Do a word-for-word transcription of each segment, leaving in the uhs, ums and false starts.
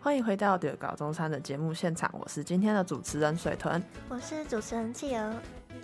欢迎回到第二高中山的节目现场，我是今天的主持人水豚， 我是主持人企鹅。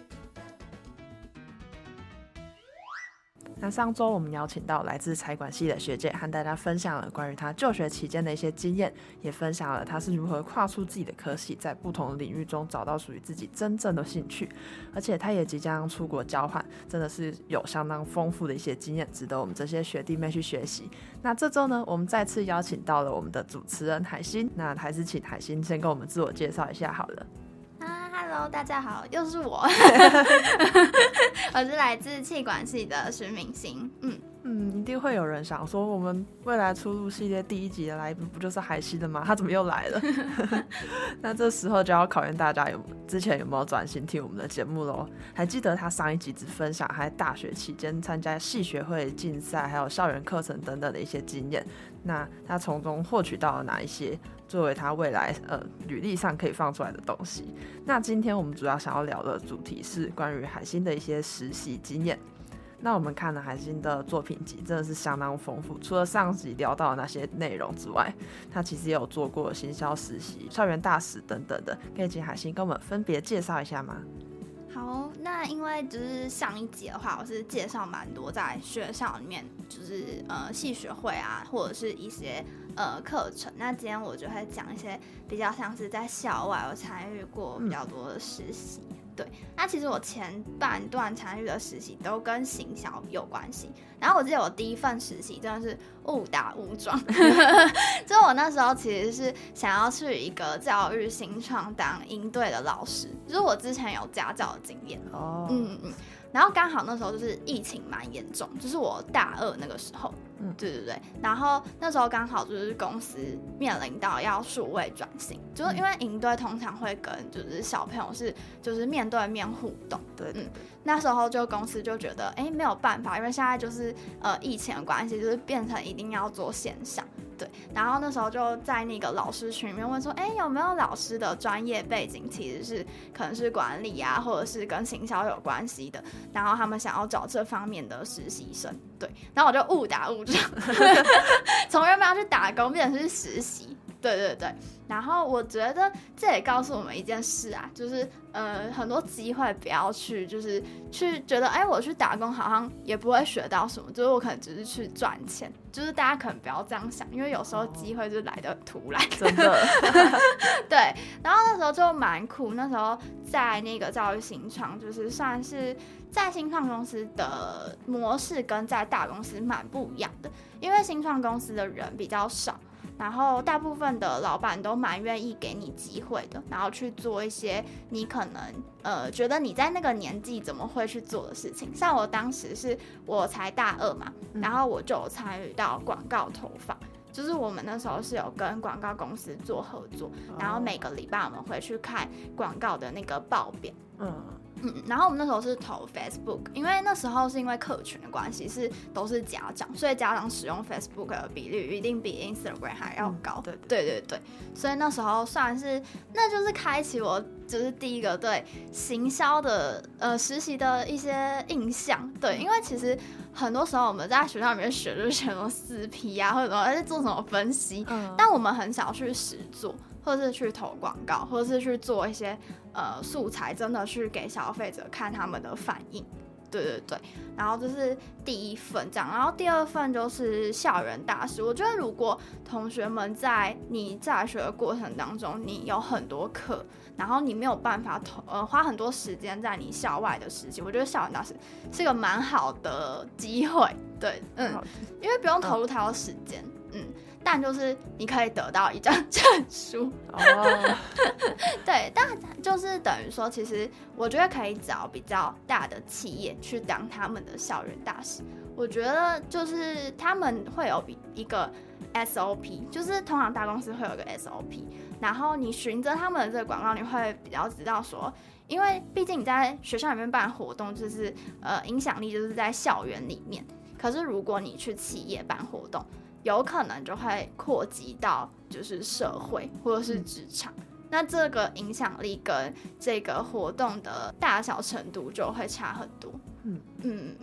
那上周我们邀请到来自财管系的学姐，和大家分享了关于她就学期间的一些经验，也分享了她是如何跨出自己的科系，在不同的领域中找到属于自己真正的兴趣。而且她也即将出国交换，真的是有相当丰富的一些经验，值得我们这些学弟妹去学习。那这周呢，我们再次邀请到了我们的主持人海星，那还是请海星先跟我们自我介绍一下好了。 Hello， 大家好，又是我，我是来自企管系的徐明星。嗯嗯，一定会有人想说，我们未来出路系列第一集的来宾不就是海星的吗？他怎么又来了？那这时候就要考验大家有之前有没有专心听我们的节目咯。还记得他上一集只分享他在大学期间参加系学会竞赛，还有校园课程等等的一些经验。那他从中获取到了哪一些作为他未来呃履历上可以放出来的东西？那今天我们主要想要聊的主题是关于海星的一些实习经验。那我们看了海星的作品集真的是相当丰富，除了上集聊到的那些内容之外，他其实也有做过行销实习、校园大使等等的，可以请海星跟我们分别介绍一下吗？ 好，那因为就是上一集的话，我是介绍蛮多在学校里面，就是呃系学会啊，或者是一些呃课程。那今天我就会讲一些比较像是在校外有参与过比较多的实习。嗯对，那其实我前半段参与的实习都跟行销有关系，然后我记得我第一份实习真的是误打误撞，就我那时候其实是想要去一个教育新创当营队的老师，就是我之前有家教的经验，哦，嗯嗯，然后刚好那时候就是疫情蛮严重，就是我大二那个时候，嗯，对对对，然后那时候刚好就是公司面临到要数位转型，就是因为营队通常会跟就是小朋友是就是面对面互动， 对对对， 嗯，那时候就公司就觉得哎没有办法，因为现在就是呃疫情的关系，就是变成一定要做线上。对，然后那时候就在那个老师群里面问说，哎，有没有老师的专业背景其实是可能是管理啊，或者是跟行销有关系的，然后他们想要找这方面的实习生。对，然后我就误打误撞，从原本要去打工变成是实习。对对对，然后我觉得这也告诉我们一件事啊，就是呃很多机会不要去，就是去觉得哎我去打工好像也不会学到什么，就是我可能只是去赚钱，就是大家可能不要这样想，因为有时候机会就来得突然， 真的。 对，然后那时候就蛮酷，那时候在那个教育新创，就是算是在新创公司的模式跟在大公司蛮不一样的，因为新创公司的人比较少。然后大部分的老板都蛮愿意给你机会的，然后去做一些你可能呃觉得你在那个年纪怎么会去做的事情。像我当时是我才大二嘛，然后我就有参与到广告投放，就是我们那时候是有跟广告公司做合作，然后每个礼拜我们会去看广告的那个报表。嗯。嗯，然后我们那时候是投 Facebook， 因为那时候是因为客群的关系，是都是家长，所以家长使用 Facebook 的比率一定比 Instagram 还要高。嗯、对, 对对对，所以那时候算是，那就是开启我就是第一个对行销的呃实习的一些印象。对，因为其实很多时候我们在学校里面学就是学什么四 P 啊，或者什么在做什么分析，嗯、但我们很少去实做。或是去投广告，或是去做一些呃素材，真的去给消费者看他们的反应。对对对，然后这是第一份这样，然后第二份就是校园大使。我觉得如果同学们在你在学的过程当中，你有很多课，然后你没有办法投呃花很多时间在你校外的实习，我觉得校园大使是个蛮好的机会。对，嗯，因为不用投入太多时间，嗯。但就是你可以得到一张证书哦，对，但就是等于说，其实我觉得可以找比较大的企业去当他们的校园大使。我觉得就是他们会有一个 S O P， 就是通常大公司会有一个 S O P， 然后你循着他们的这个广告，你会比较知道说，因为毕竟你在学校里面办活动，就是呃影响力就是在校园里面，可是如果你去企业办活动，有可能就会扩及到就是社会或者是职场，嗯、那这个影响力跟这个活动的大小程度就会差很多。嗯嗯嗯，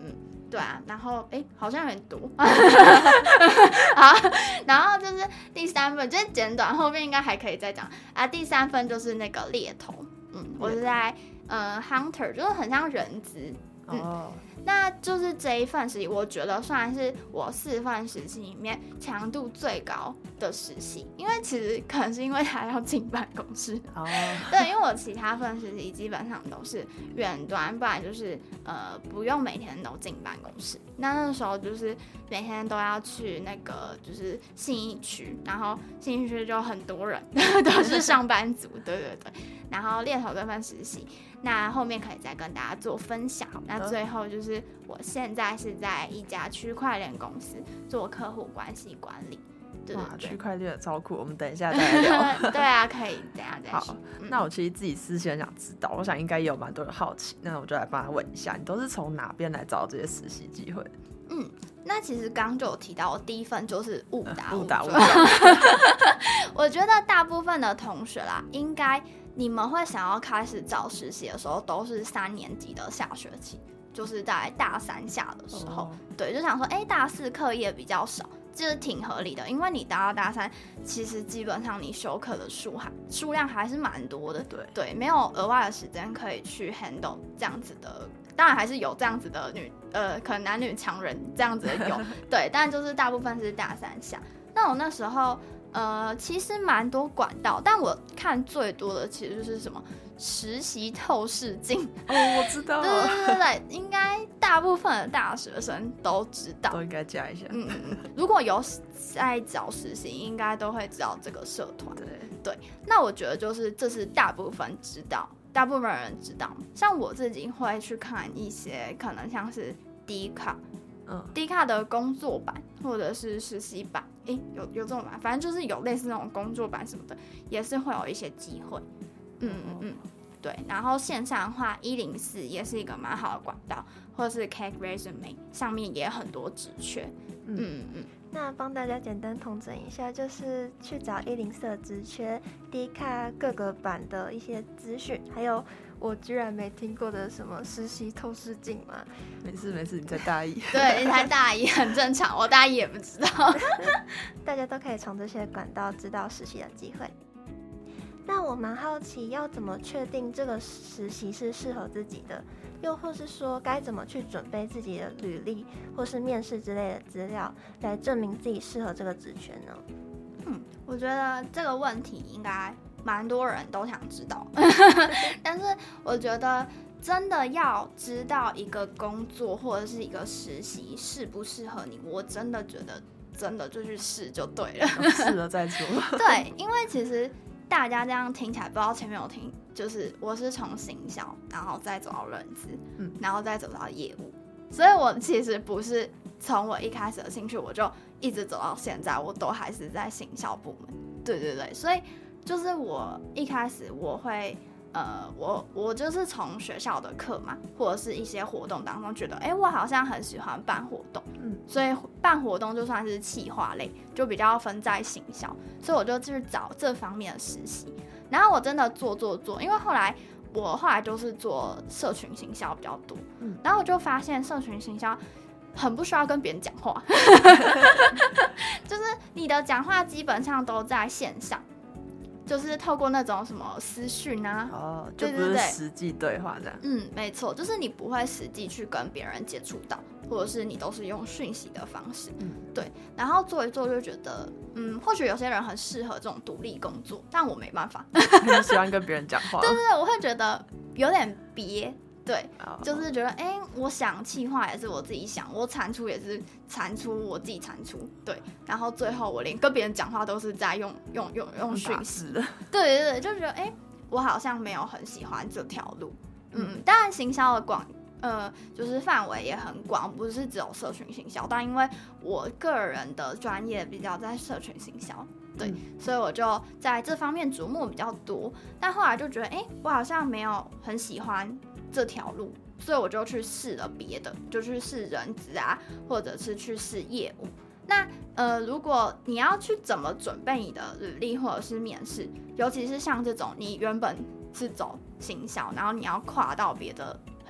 对啊，然后哎，好像有点多。好，然后就是第三份，就是简短，后面应该还可以再讲啊。第三份就是那个猎头，嗯，我是在呃 hunter， 就是很像人资，嗯。哦，那就是这一份实习，我觉得算是我四份实习里面强度最高的实习，因为其实可能是因为他要进办公室。哦，对，因为我其他份实习基本上都是远端，不然就是呃不用每天都进办公室。那那时候就是每天都要去那个就是信义区，然后信义区就很多人，都是上班族，对对对。然后猎头这份实习，那后面可以再跟大家做分享。那最后就是我现在是在一家区块链公司做客户关系管理。对对对， 哇，区块链超酷，我们等一下再来聊。 对啊，可以等一下再说。 好，嗯，那我其实自己私心很想知道，我想应该也有蛮多人好奇，那我就来帮他问一下，你都是从哪边来找这些实习机会？ 嗯，那其实刚刚就有提到，我第一份就是误打误撞。我觉得大部分的同学啦，应该你们会想要开始找实习的时候，都是三年级的下学期，就是在大三下的时候，哦，对，就想说，哎，欸，大四课业比较少。就是挺合理的，因为你达到大三，其实基本上你修课的数还数量还是蛮多的，对对，没有额外的时间可以去 handle 这样子的，当然还是有这样子的女呃，可能男女强人这样子的有，对，但就是大部分是大三下。那我那时候呃，其实蛮多管道，但我看最多的其实就是什么实习透视镜。 哦，我知道。 对对对对，应该大部分的大学生都知道， 都应该加一下。 嗯嗯，如果有在找实习，应该都会知道这个社团。 对对，那我觉得就是这是大部分知道，大部分人知道。像我自己会去看一些可能像是 D 卡。嗯，D 卡的工作版或者是实习版，哎，有有这种版，反正就是有类似那种工作版什么的，也是会有一些机会。嗯嗯嗯，对。然后线上的话，一零四也是一个蛮好的管道，或者是 Cake Resume 上面也很多职缺。嗯嗯嗯。 那帮大家简单统整一下，就是去找一零四的职缺 ，D 卡各个版的一些资讯，还有我居然没听过的什么实习透视镜嘛。 没事没事，你在大一。 对，你才大一，很正常，我大一也不知道。 大家都可以从这些管道知道实习的机会。那我蛮好奇，要怎么确定这个实习是适合自己的？又或是说该怎么去准备自己的履历或是面试之类的资料，来证明自己适合这个职缺呢？ 嗯，我觉得这个问题应该蛮多人都想知道，但是我觉得真的要知道一个工作或者是一个实习适不适合你，我真的觉得真的就去试就对了， 试了再说。 对，因为其实大家这样听起来，不知道前面有听，就是我是从行销，然后再走到人资，嗯，然后再走到业务，所以我其实不是从我一开始的兴趣，我就一直走到现在，我都还是在行销部门。对对对，所以就是我一开始我会。呃，我我就是从学校的课嘛，或者是一些活动当中觉得，哎，我好像很喜欢办活动，嗯，所以办活动就算是企划类，就比较分在行销，所以我就去找这方面的实习。然后我真的做做做，因为后来我后来就是做社群行销比较多，嗯，然后我就发现社群行销很不需要跟别人讲话，就是你的讲话基本上都在线上。就是透过那种什么私讯啊， 哦，就不是实际对话这样。 嗯，没错，就是你不会实际去跟别人接触到，或者是你都是用讯息的方式，嗯，对。然后做一做就觉得，嗯，或许有些人很适合这种独立工作，但我没办法。 很喜欢跟别人讲话。 对对对，我会觉得有点憋。对， oh. 就是觉得，哎、欸，我想企划也是我自己想，我产出也是产出我自己产出，对，然后最后我连跟别人讲话都是在用用用用讯息，对对对，就觉得，哎、欸，我好像没有很喜欢这条路，嗯，嗯当然行销的广，呃，就是范围也很广，不是只有社群行销，但因为我个人的专业比较在社群行销。对、嗯，所以我就在这方面琢磨比较多，但后来就觉得，哎、欸，我好像没有很喜欢这条路，所以我就去试了别的，就去试人资啊，或者是去试业务。那呃，如果你要去怎么准备你的履历或者是面试，尤其是像这种你原本是走行销，然后你要跨到别的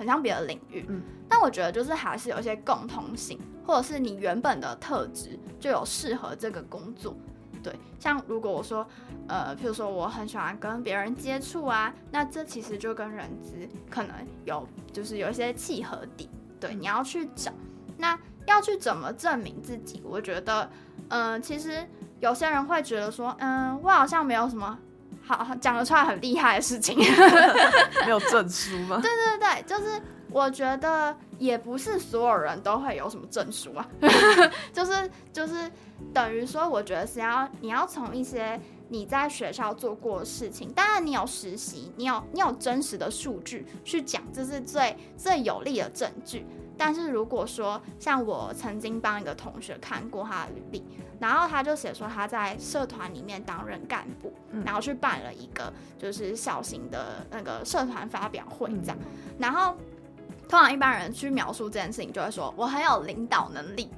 很像别的领域，嗯，但我觉得就是还是有一些共同性，或者是你原本的特质就有适合这个工作。对，像如果我说，呃，譬如说我很喜欢跟别人接触啊，那这其实就跟人资可能有就是有一些契合点。对，你要去找，那要去怎么证明自己？我觉得，嗯、呃，其实有些人会觉得说，嗯，我好像没有什么好讲得出来很厉害的事情， 没有证书吗？ 对对对，就是我觉得也不是所有人都会有什么证书啊，就是就是等于说，我觉得是要你要从一些你在学校做过的事情，当然你有实习，你有你有真实的数据去讲，这是最最有力的证据。但是如果说像我曾经帮一个同学看过他的履历，然后他就写说他在社团里面担任干部，嗯、然后去办了一个就是小型的那个社团发表会这样，嗯、然后通常一般人去描述这件事情就会说我很有领导能力，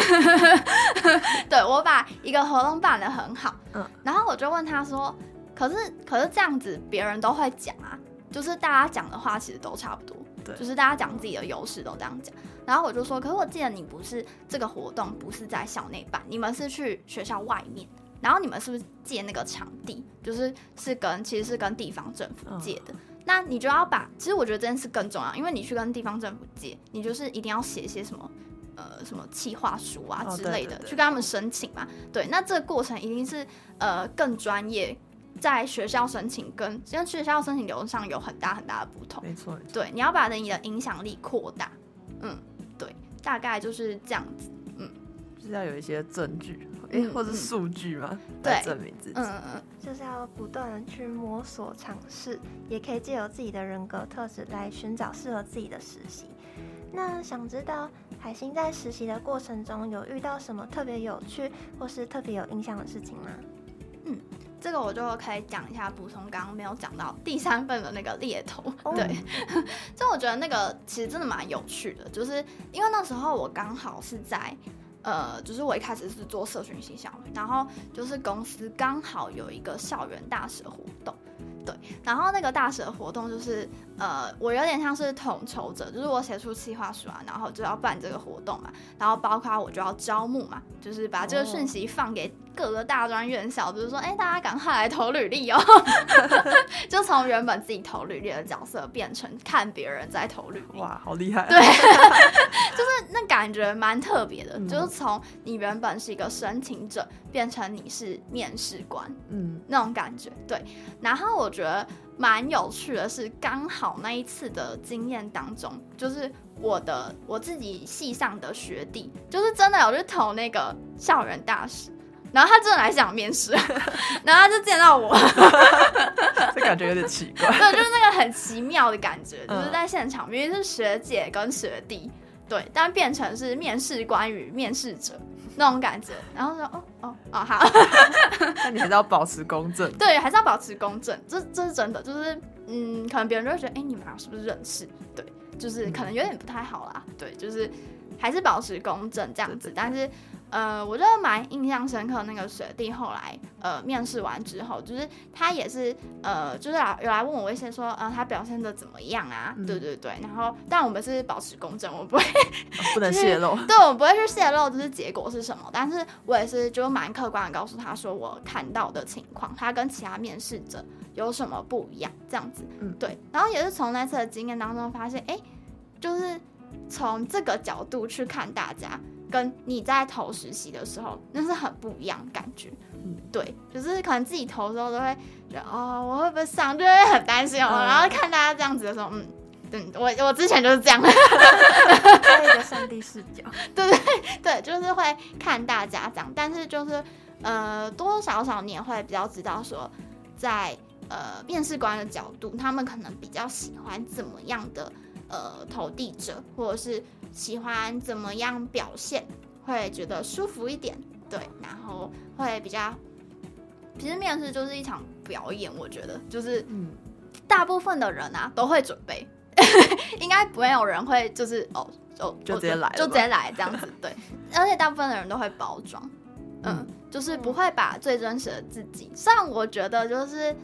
对，我把一个活动办得很好，嗯，然后我就问他说，可是可是这样子别人都会讲啊，就是大家讲的话其实都差不多。对，就是大家讲自己的优势都这样讲，然后我就说，可是我记得你不是这个活动不是在校内办，你们是去学校外面，然后你们是不是借那个场地，就是是跟其实是跟地方政府借的，嗯、那你就要把，其实我觉得这件事更重要，因为你去跟地方政府借，你就是一定要写一些什么呃什么企划书啊之类的，哦、对对对，去跟他们申请嘛，对，那这个过程一定是呃更专业。在学校申请跟跟学校申请流程上有很大很大的不同， 没错， 对，你要把你的影响力扩大，嗯，对，大概就是这样子，嗯， 就是要有一些证据，哎、嗯，或者数据嘛， 对， 来证明自己， 嗯嗯，就是要不断的去摸索尝试，也可以借由自己的人格特质来寻找适合自己的实习。那想知道海星在实习的过程中有遇到什么特别有趣或是特别有印象的事情吗？ 嗯。这个我就可以讲一下，补充刚刚没有讲到第三份的那个猎头，哦、对，就我觉得那个其实真的蛮有趣的，就是因为那时候我刚好是在，呃，就是我一开始是做社群行销，然后就是公司刚好有一个校园大使活动。对，然后那个大使的活动就是，呃，我有点像是统筹者，就是我写出企划书啊，然后就要办这个活动嘛，然后包括我就要招募嘛，就是把这个讯息放给各个大专院校，就是说，哎，大家赶快来投履历哦，就从原本自己投履历的角色变成看别人在投履历， 哇，好厉害、啊！ 对，就是那感觉蛮特别的，嗯、就是从你原本是一个申请者变成你是面试官，嗯，那种感觉，对，然后我。我觉得蛮有趣的是，刚好那一次的经验当中，就是我的我自己系上的学弟，就是真的有去投那个校园大使，然后他真的来想面试，然后他就见到我， 这感觉有点奇怪， 对，就是那个很奇妙的感觉，就是在现场明明是学姐跟学弟，对，但变成是面试官与面试者。那种感觉，然后说哦哦哦好， 那你还是要保持公正， 对，还是要保持公正，这这是真的，就是嗯，可能别人就会觉得，哎、欸，你们俩是不是认识？对，就是可能有点不太好啦，对，就是还是保持公正这样子，对对对，但是。呃，我觉得蛮印象深刻。那个学弟后来呃面试完之后，就是他也是呃，就是来有来问我一些说，呃，他表现的怎么样啊？嗯、对对对。然后，但我们是保持公正，我不会、 哦、不能泄露。 对，我不会去泄露，就是结果是什么。但是我也是就蛮客观的告诉他说，我看到的情况，他跟其他面试者有什么不一样，这样子。嗯，对。然后也是从那次的经验当中发现，哎，就是从这个角度去看大家。跟你在投实习的时候，那是很不一样的感觉。嗯，对，就是可能自己投的时候都会觉得，哦，我会不会上，就会很担心哦。嗯、然后看大家这样子的时候，嗯，嗯，我我之前就是这样， 开一个上帝视角。 对对对，就是会看大家这样，但是就是呃，多多少少你也会比较知道说，在呃面试官的角度，他们可能比较喜欢怎么样的。呃，投递者或者是喜欢怎么样表现，会觉得舒服一点，对，然后会比较。其实面试就是一场表演，我觉得就是，嗯，大部分的人啊都会准备，应该不会有人会就是哦哦就直接来了， 就直接来这样子，对，而且大部分的人都会包装，嗯，嗯就是不会把最真实的自己。虽然我觉得就是。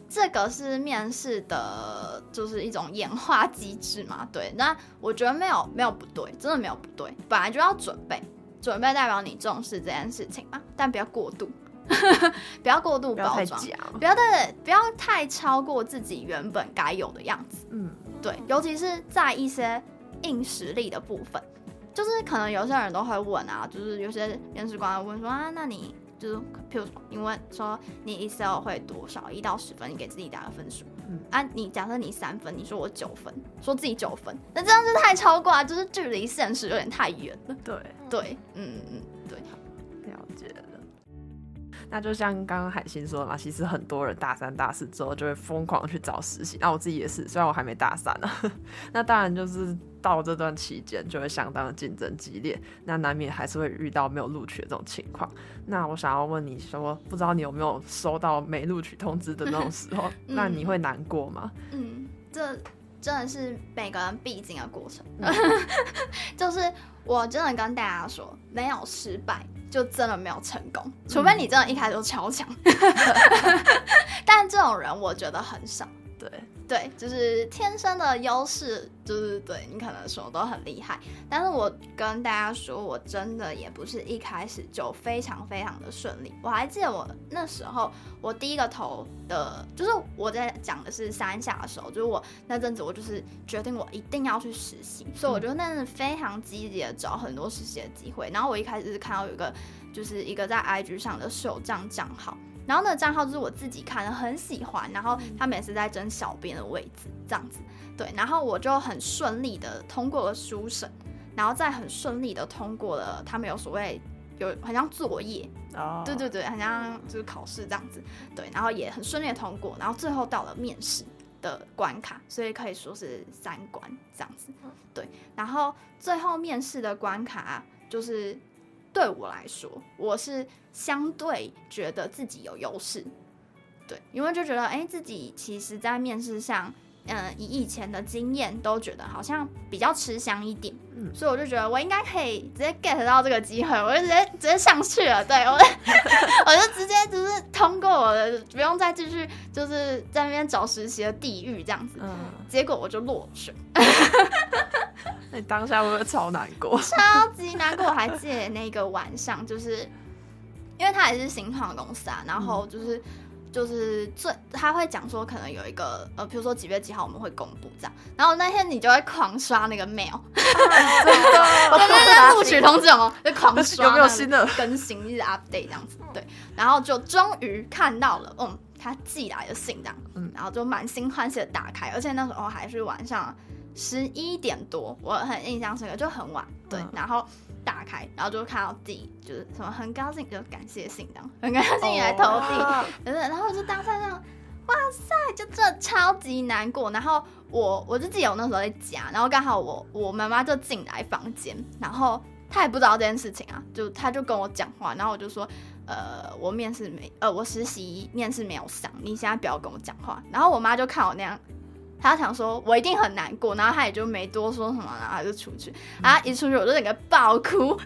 这个是面试的，就是一种演化机制嘛。对，那我觉得没有没有不对，真的没有不对，本来就要准备，准备代表你重视这件事情嘛，但不要过度。不要过度包装，不要太不要太超过自己原本该有的样子。嗯，对，尤其是在一些硬实力的部分，就是可能有些人都会问啊，就是有些面试官会问说啊，那你就是譬如说，你问说你 Excel 会多少，一到十分，你给自己打个分数。嗯啊，你假设你三分，你说我九分，说自己九分，那这样就太超过啊，就是距离现实有点太远了。 对对，嗯嗯对， 了解了。那就像刚刚海星说的嘛，其实很多人大三大四之后就会疯狂去找实习，那我自己也是，虽然我还没大三啊，那当然就是到这段期间就会相当的竞争激烈，那难免还是会遇到没有录取的这种情况。那我想要问你说，不知道你有没有收到没录取通知的那种时候，嗯、那你会难过吗？ 嗯，这真的是每个人必经的过程。嗯、就是我真的跟大家说，没有失败就真的没有成功，除非你真的一开始就超强。但这种人我觉得很少。 对对，就是天生的优势，就是对你可能什么都很厉害。但是我跟大家说，我真的也不是一开始就非常非常的顺利。我还记得我那时候，我第一个投的，就是我在讲的是三下的时候，就是我那阵子我就是决定我一定要去实习，所以我就那阵子非常积极的找很多实习的机会。然后我一开始是看到有一个，就是一个在 I G 上的手账账号。然后那个账号就是我自己看的很喜欢，然后他们也是在争小编的位置这样子，对，然后我就很顺利的通过了书审，然后再很顺利的通过了他们有所谓有很像作业，哦，对对对，很像就是考试这样子，对，然后也很顺利的通过，然后最后到了面试的关卡，所以可以说是三关这样子，对，然后最后面试的关卡就是对我来说，我是相对觉得自己有优势，对，因为就觉得哎、欸，自己其实在面试上，嗯、呃，以以前的经验都觉得好像比较吃香一点，嗯，所以我就觉得我应该可以直接 get 到这个机会，我就直接直接上去了，对我，我就直接就是通过我的，不用再继续就是在那边找实习的地狱这样子，嗯，结果我就落选。 那你当下会不会超难过？ 超级难过！我还记得那个晚上，就是因为他也是新创公司啊，然后就是、嗯、就是最他会讲说，可能有一个呃，比如说几月几号我们会公布这样，然后那天你就会狂刷那个 mail， 啊、真的， 我跟那个录取通知有没有？就狂刷， 有没有新的更新，一直 update 这样子，对，然后就终于看到了，嗯，他寄来的信这样，嗯，然后就满心欢喜的打开，而且那时候还是晚上十一点多，我很印象深刻，就很晚，对，嗯、然后打开，然后就看到自己就是什么很高兴，就感谢信这样，很高兴你来投递，对、哦、然后我就当下这样，哇塞，就真的超级难过。然后我我就记得我那时候在家，然后刚好我我妈妈就进来房间，然后她也不知道这件事情啊，就她就跟我讲话，然后我就说，呃，我面试没，呃，我实习面试没有上，你现在不要跟我讲话。然后我妈就看我那样。他想说我一定很难过，然后他也就没多说什么，然后他就出去，然后一出去我就整个爆哭，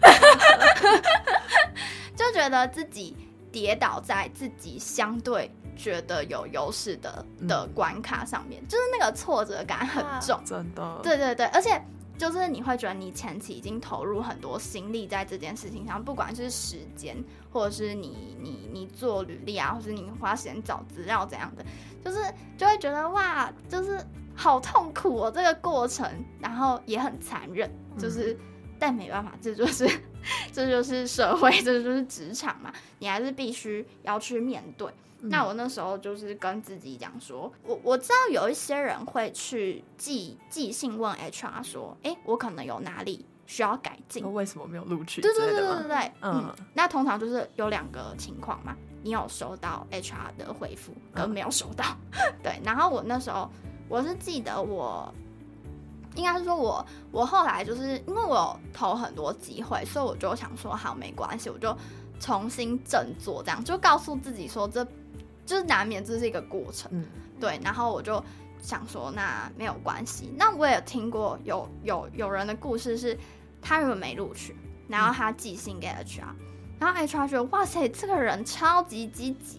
就觉得自己跌倒在自己相对觉得有优势的的关卡上面，就是那个挫折感很重， 真的， 对对对，而且就是你会觉得你前期已经投入很多心力在这件事情上，不管是时间，或者是你你你做履历啊，或者你花时间找资料怎样的，就是就会觉得哇，就是好痛苦哦这个过程，然后也很残忍，就是、嗯、但没办法，这就是这就是社会，这就是职场嘛，你还是必须要去面对。那我那时候就是跟自己讲说，我我知道有一些人会去寄寄信问 H R 说，哎，我可能有哪里需要改进， 为什么没有录取？ 对对对对对对，嗯, 嗯，那通常就是有两个情况嘛，你有收到 H R 的回复，跟没有收到，嗯、对。然后我那时候我是记得我。应该是说我我后来就是因为我有投很多机会，所以我就想说好没关系，我就重新振作，这样就告诉自己说这就是难免这是一个过程，嗯、对。然后我就想说那没有关系。那我也听过有有有人的故事是，他原本没录取，然后他寄信给 H R，、嗯、然后 H R 觉得哇塞这个人超级积极，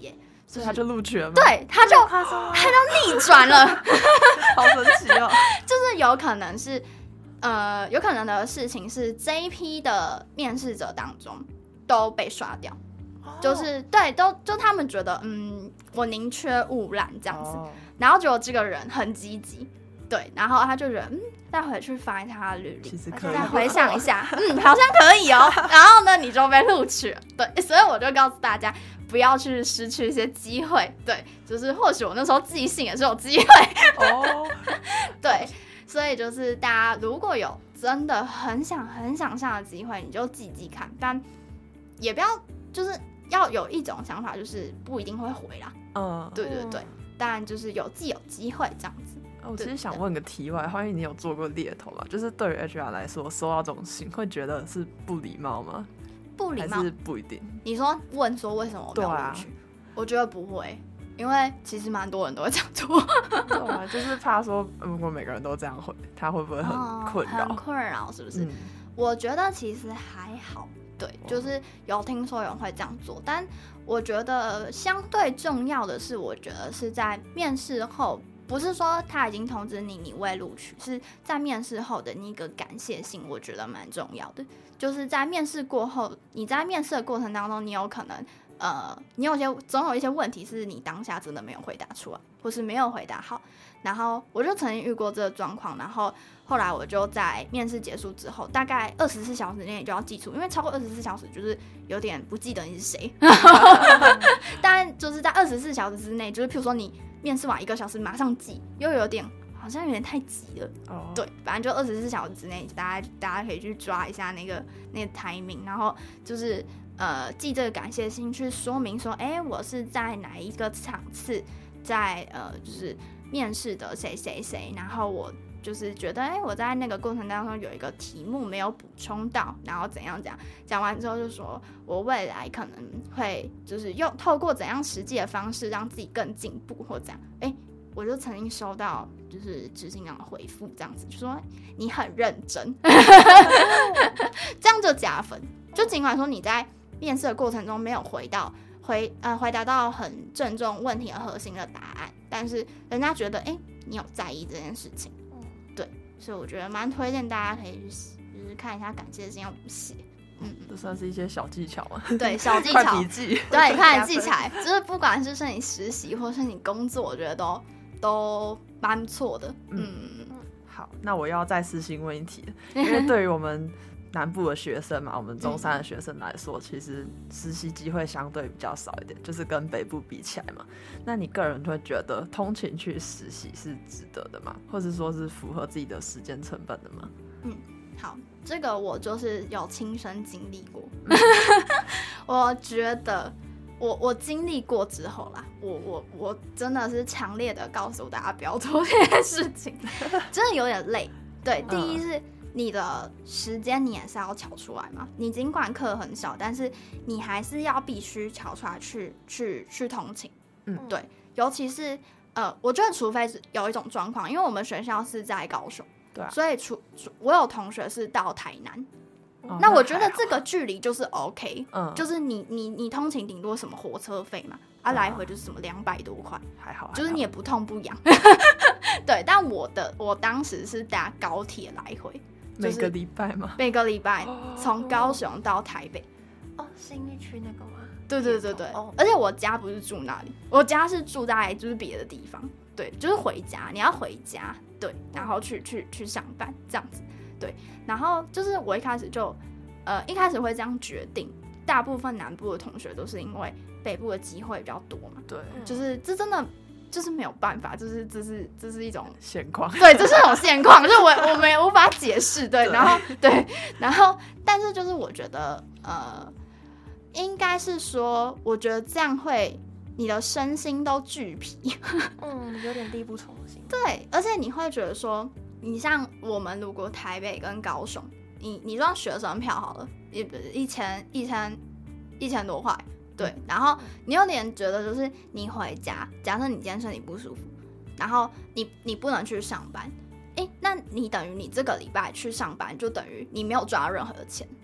所以他就录取了吗？ 对，他就他就逆转了， 好神奇哦！ 就是有可能是，呃，有可能的事情是这一批的面试者当中都被刷掉，哦、就是对，都就他们觉得，嗯，我宁缺毋滥这样子，哦、然后结果这个人很积极。对，然后他就觉得，嗯，再回去翻一下他的履历， 其实可以再回想一下，嗯，好像可以哦。然后呢，你就被录取了。对，所以我就告诉大家，不要去失去一些机会。对，就是或许我那时候记性也是有机会。哦，对，所以就是大家如果有真的很想很想上的机会，你就记记看，但也不要就是要有一种想法，就是不一定会回啦。嗯，对对对，但就是有既有机会这样子。 我其实想问个题外话，因为你有做过猎头嘛？就是对于 H R 来说，收到这种信会觉得是不礼貌吗？ 不礼貌还是不一定？ 你说问说为什么我没有录取？啊、我觉得不会，因为其实蛮多人都会这样做。 对啊，就是怕说如果每个人都这样回，他会不会很困扰？ 哦、很困扰是不是、嗯？我觉得其实还好。对，就是有听说有人会这样做，但我觉得相对重要的是，我觉得是在面试后。不是说他已经通知你你未录取，是在面试后的那个感谢信，我觉得蛮重要的。就是在面试过后，你在面试的过程当中，你有可能呃，你有些总有一些问题是你当下真的没有回答出来，或是没有回答好。然后我就曾经遇过这个状况，然后后来我就在面试结束之后，大概二十四小时内就要记住，因为超过二十四小时就是有点不记得你是谁。但就是在二十四小时之内，就是譬如说你。面试完一个小时马上记，又有点好像有点太急了。Oh. 对，反正就二十四小时之内，大家大家可以去抓一下那个那个 timing， 然后就是呃记这个感谢信，去说明说，哎、欸，我是在哪一个场次，在呃就是面试的谁谁谁，然后我就是觉得，哎、欸，我在那个过程当中有一个题目没有补充到，然后怎样怎样，讲完之后就说我未来可能会就是用透过怎样实际的方式让自己更进步或怎样，哎、欸，我就曾经收到就是执行长的回复，这样子就说你很认真，这样就加分。就尽管说你在面试的过程中没有回到回呃回答到很正中问题的核心的答案，但是人家觉得哎、欸，你有在意这件事情。对，所以我觉得蛮推荐大家可以去就是看一下感谢信要怎么写，嗯， 这算是一些小技巧嘛？ 对，小技巧， 笔记， 对，看技巧，就是不管是是你实习或是你工作，我觉得都都蛮不错的，嗯。嗯， 好，那我要再私信问一题，因为对于我们南部的学生嘛，我们中山的学生来说，嗯、其实实习机会相对比较少一点，就是跟北部比起来嘛。那你个人会觉得通勤去实习是值得的吗？或者说是符合自己的时间成本的吗？ 嗯，好，这个我就是有亲身经历过。我觉得我我经历过之后啦，我我我真的是强烈的告诉大家不要做这件事情，真的有点累。对，第一是。你的时间你也是要瞧出来嘛，你尽管课很少，但是你还是要必须瞧出来去去去通勤，嗯，对，尤其是呃，我觉得除非是有一种状况，因为我们学校是在高雄， 对、啊， 所以除我有同学是到台南，哦、那我觉得这个距离就是 OK， 嗯，就是你你你通勤顶多什么火车费嘛，啊，来回就是什么两百多块， 还好， 就是你也不痛不痒，对，但我的我当时是搭高铁来回。 每个礼拜吗？ 每个礼拜从高雄到台北。 哦，信义区那个吗？ 对对对对，哦、而且我家不是住那里，我家是住在就是别的地方。对，就是回家，你要回家，对，然后去去去上班这样子。对，然后就是我一开始就呃一开始会这样决定，大部分南部的同学都是因为北部的机会比较多嘛。 对， 就是这真的。就是没有办法，就是这是这是一种现况， 对，这是一种现况，就是我我没无法解释，对，对然后对，然后但是就是我觉得呃，应该是说，我觉得这样会你的身心都俱疲， 嗯，有点力不从心， 对，而且你会觉得说，你像我们如果台北跟高雄，你你说学生票好了，一一千一千一千多块。对，然后你有点觉得就是你回家，假设你今天身体不舒服，然后你你不能去上班，哎，那你等于你这个礼拜去上班，就等于你没有赚到任何的钱。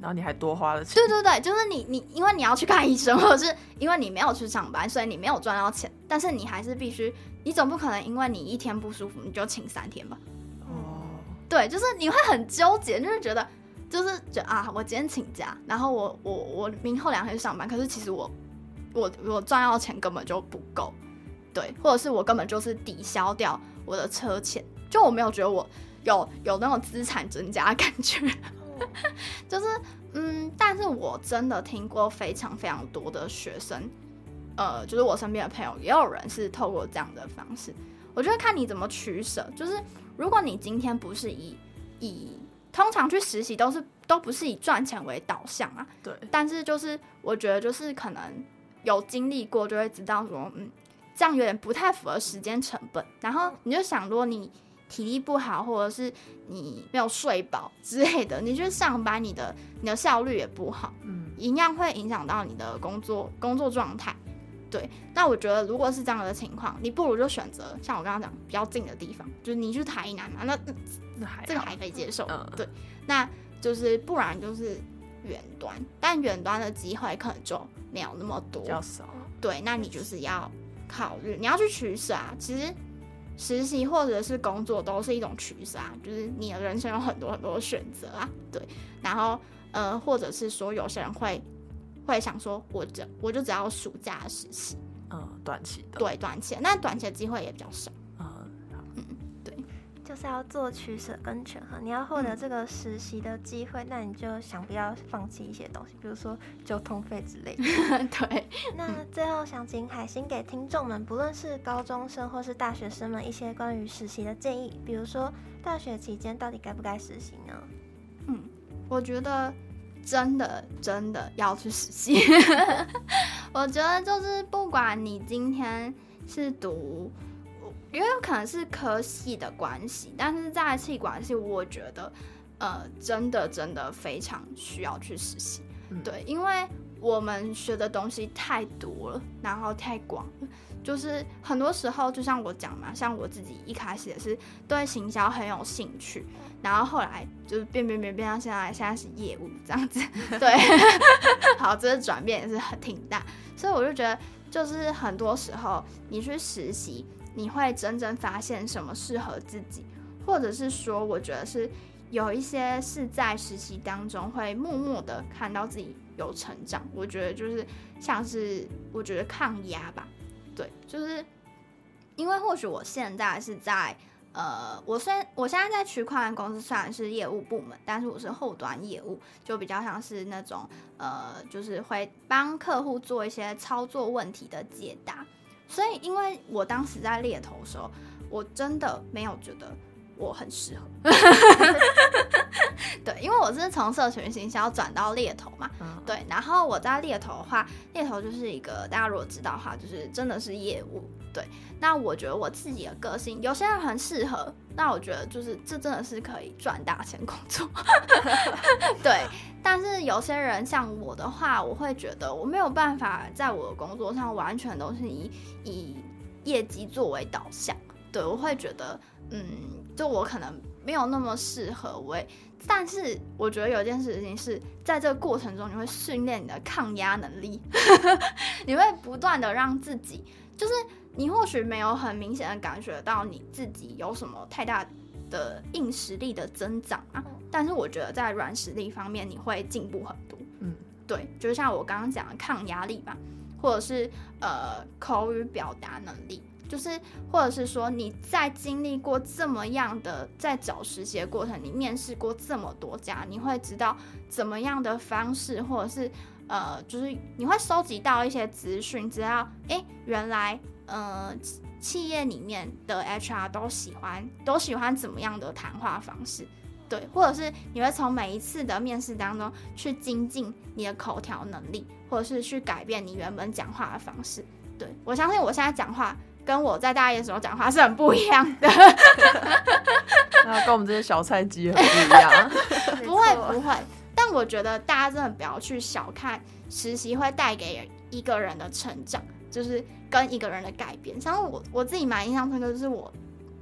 然后你还多花了钱。 对对对，就是你你因为你要去看医生，或者是因为你没有去上班，所以你没有赚到钱，但是你还是必须，你总不可能因为你一天不舒服你就请三天吧？ 哦， 对，就是你会很纠结，就是觉得就是觉得啊，我今天请假，然后我我我明后两天去上班，可是其实我我我赚到的钱根本就不够，对，或者是我根本就是抵消掉我的车钱，就我没有觉得我有有那种资产增加的感觉。就是嗯，但是我真的听过非常非常多的学生，呃，就是我身边的朋友也有人是透过这样的方式。我觉得看你怎么取舍，就是如果你今天不是以以通常去实习都是都不是以赚钱为导向啊， 对。 但是就是我觉得就是可能有经历过就会知道说，嗯，这样有点不太符合时间成本。然后你就想，如果你体力不好，或者是你没有睡饱之类的，你去上班，你的你的效率也不好，嗯，一样会影响到你的工作工作状态。对，那我觉得如果是这样的情况，你不如就选择像我刚刚讲比较近的地方，就是你去台南嘛，那那还这个还可以接受， 嗯， 对，那就是不然就是远端，但远端的机会可能就没有那么多， 比较少。 对，那你就是要考虑，你要去取舍啊。其实实习或者是工作都是一种取舍啊，就是你的人生有很多很多选择啊，对。然后呃，或者是说有些人会会想说，我只我就只要暑假的实习， 嗯，短期的， 对，短期的，那短期的机会也比较少， 嗯嗯，对， 就是要做取舍跟权衡。你要获得这个实习的机会，嗯、那你就想不要放弃一些东西，比如说交通费之类的。 对。 那最后想请海星给听众们，不论是高中生或是大学生们，一些关于实习的建议，比如说大学期间到底该不该实习呢？ 嗯，我觉得真的真的要去实习。我觉得就是不管你今天是读，也有可能是科系的关系，但是在企管系，我觉得呃真的真的非常需要去实习。嗯、对，因为我们学的东西太多了，然后太广了，就是很多时候就像我讲嘛，像我自己一开始也是对行销很有兴趣，然后后来就是变变变变到现在，现在是业务这样子，对，好，这个转变也是很挺大，所以我就觉得，就是很多时候你去实习，你会真正发现什么适合自己，或者是说，我觉得是有一些是在实习当中会默默的看到自己有成长，我觉得就是像是我觉得抗压吧，对，就是因为或许我现在是在呃，我虽然我现在在区块链公司虽然是业务部门，但是我是后端业务，就比较像是那种呃，就是会帮客户做一些操作问题的解答，所以因为我当时在猎头的时候，我真的没有觉得我很适合。对，因为我是从社群行销转到猎头嘛，嗯、对，然后我在猎头的话，猎头就是一个大家如果知道的话，就是真的是业务，对。那我觉得我自己的个性，有些人很适合，那我觉得就是这真的是可以赚大钱工作，对。但是有些人像我的话，我会觉得我没有办法在我的工作上完全都是以以业绩作为导向，对，我会觉得，嗯，就我可能没有那么适合为。但是我觉得有一件事情是在这个过程中，你会训练你的抗压能力，你会不断的让自己，就是你或许没有很明显的感觉到你自己有什么太大的硬实力的增长啊，但是我觉得在软实力方面你会进步很多，嗯，对，就像我刚刚讲的抗压力吧，或者是呃口语表达能力。就是或者是说你在经历过这么样的在找实习的过程，你面试过这么多家，你会知道怎么样的方式，或者是呃，就是你会收集到一些资讯，知道哎，原来呃企业里面的 H R 都喜欢都喜欢怎么样的谈话方式，对，或者是你会从每一次的面试当中去精进你的口条能力，或者是去改变你原本讲话的方式。对，我相信我现在讲话跟我在大一的时候讲话是很不一样的， 那跟我们这些小菜鸡很不一样。 不会不会，但我觉得大家真的不要去小看实习会带给一个人的成长，就是跟一个人的改变。像我我自己蛮印象深刻，就是我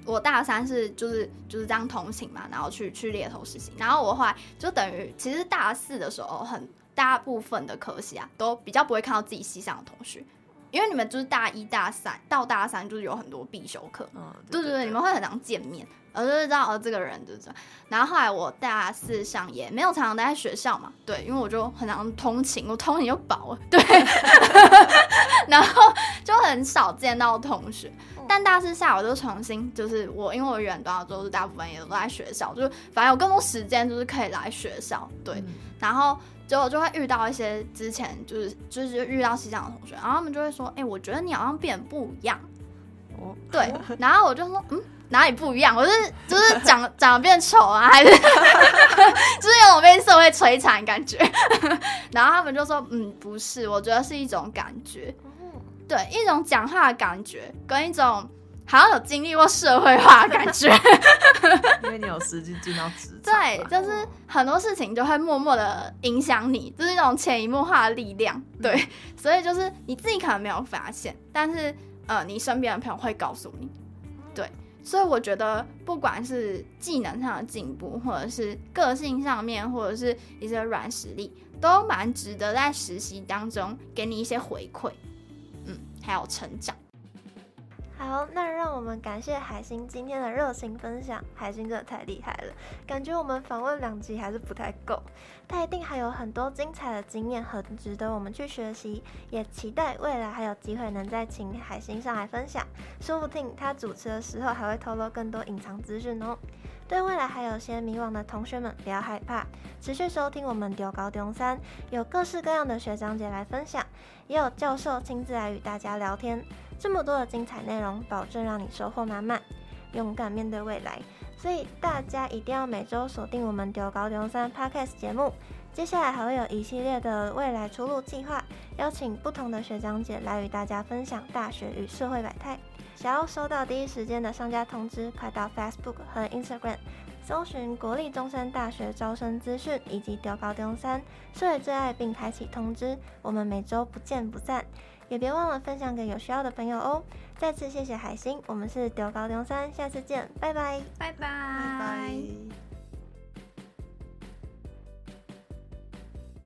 我大三是就是就是这样通勤嘛，然后去去猎头实习，然后我后来就等于其实大四的时候很大部分的科系啊都比较不会看到自己系上的同学。因为你们就是大一大三到大三就是有很多必修课，嗯，对对对，你们会很常见面，我就知道哦这个人就是这样。然后后来我大四上也没有常常待在学校嘛，对，因为我就很常通勤，我通勤就饱了，对，然后就很少见到同学。但大四下我就重新就是我因为我远端就是大部分也都在学校，就是反正有更多时间就是可以来学校，对，嗯、然后。结果就会遇到一些之前就是就是遇到系上的同学，然后他们就会说，哎、欸，我觉得你好像变得不一样。哦，对，然后我就说，嗯，哪里不一样？我是就是长长得变丑啊，还是就是有种被社会摧残感觉？然后他们就说，嗯，不是，我觉得是一种感觉，对，一种讲话的感觉，跟一种。好像有经历过社会化的感觉， 因为你有实际进到职场。对，就是很多事情就会默默的影响你，就是一种潜移默化的力量。对，嗯、所以就是你自己可能没有发现，但是呃，你身边的朋友会告诉你。对，所以我觉得不管是技能上的进步，或者是个性上面，或者是一些软实力，都蛮值得在实习当中给你一些回馈，嗯，还有成长。 好，那让我们感谢海星今天的热情分享。海星真的太厉害了，感觉我们访问两集还是不太够，他一定还有很多精彩的经验，很值得我们去学习。也期待未来还有机会能再请海星上来分享，说不定他主持的时候还会透露更多隐藏资讯哦。对未来还有些迷惘的同学们，不要害怕，持续收听我们中高中三，有各式各样的学长姐来分享，也有教授亲自来与大家聊天。这么多的精彩内容，保证让你收获满满，勇敢面对未来。所以大家一定要每周锁定我们中高中三 Podcast 节目。接下来还会有一系列的未来出路计划，邀请不同的学长姐来与大家分享大学与社会百态。想要收到第一时间的上架通知，快到 Facebook 和 Instagram 搜寻国立中山大学招生资讯以及中高中三，设为最爱并开启通知。我们每周不见不散。也别忘了分享给有需要的朋友哦！再次谢谢海星，我们是中高中三，下次见，拜拜， 拜拜， 拜拜。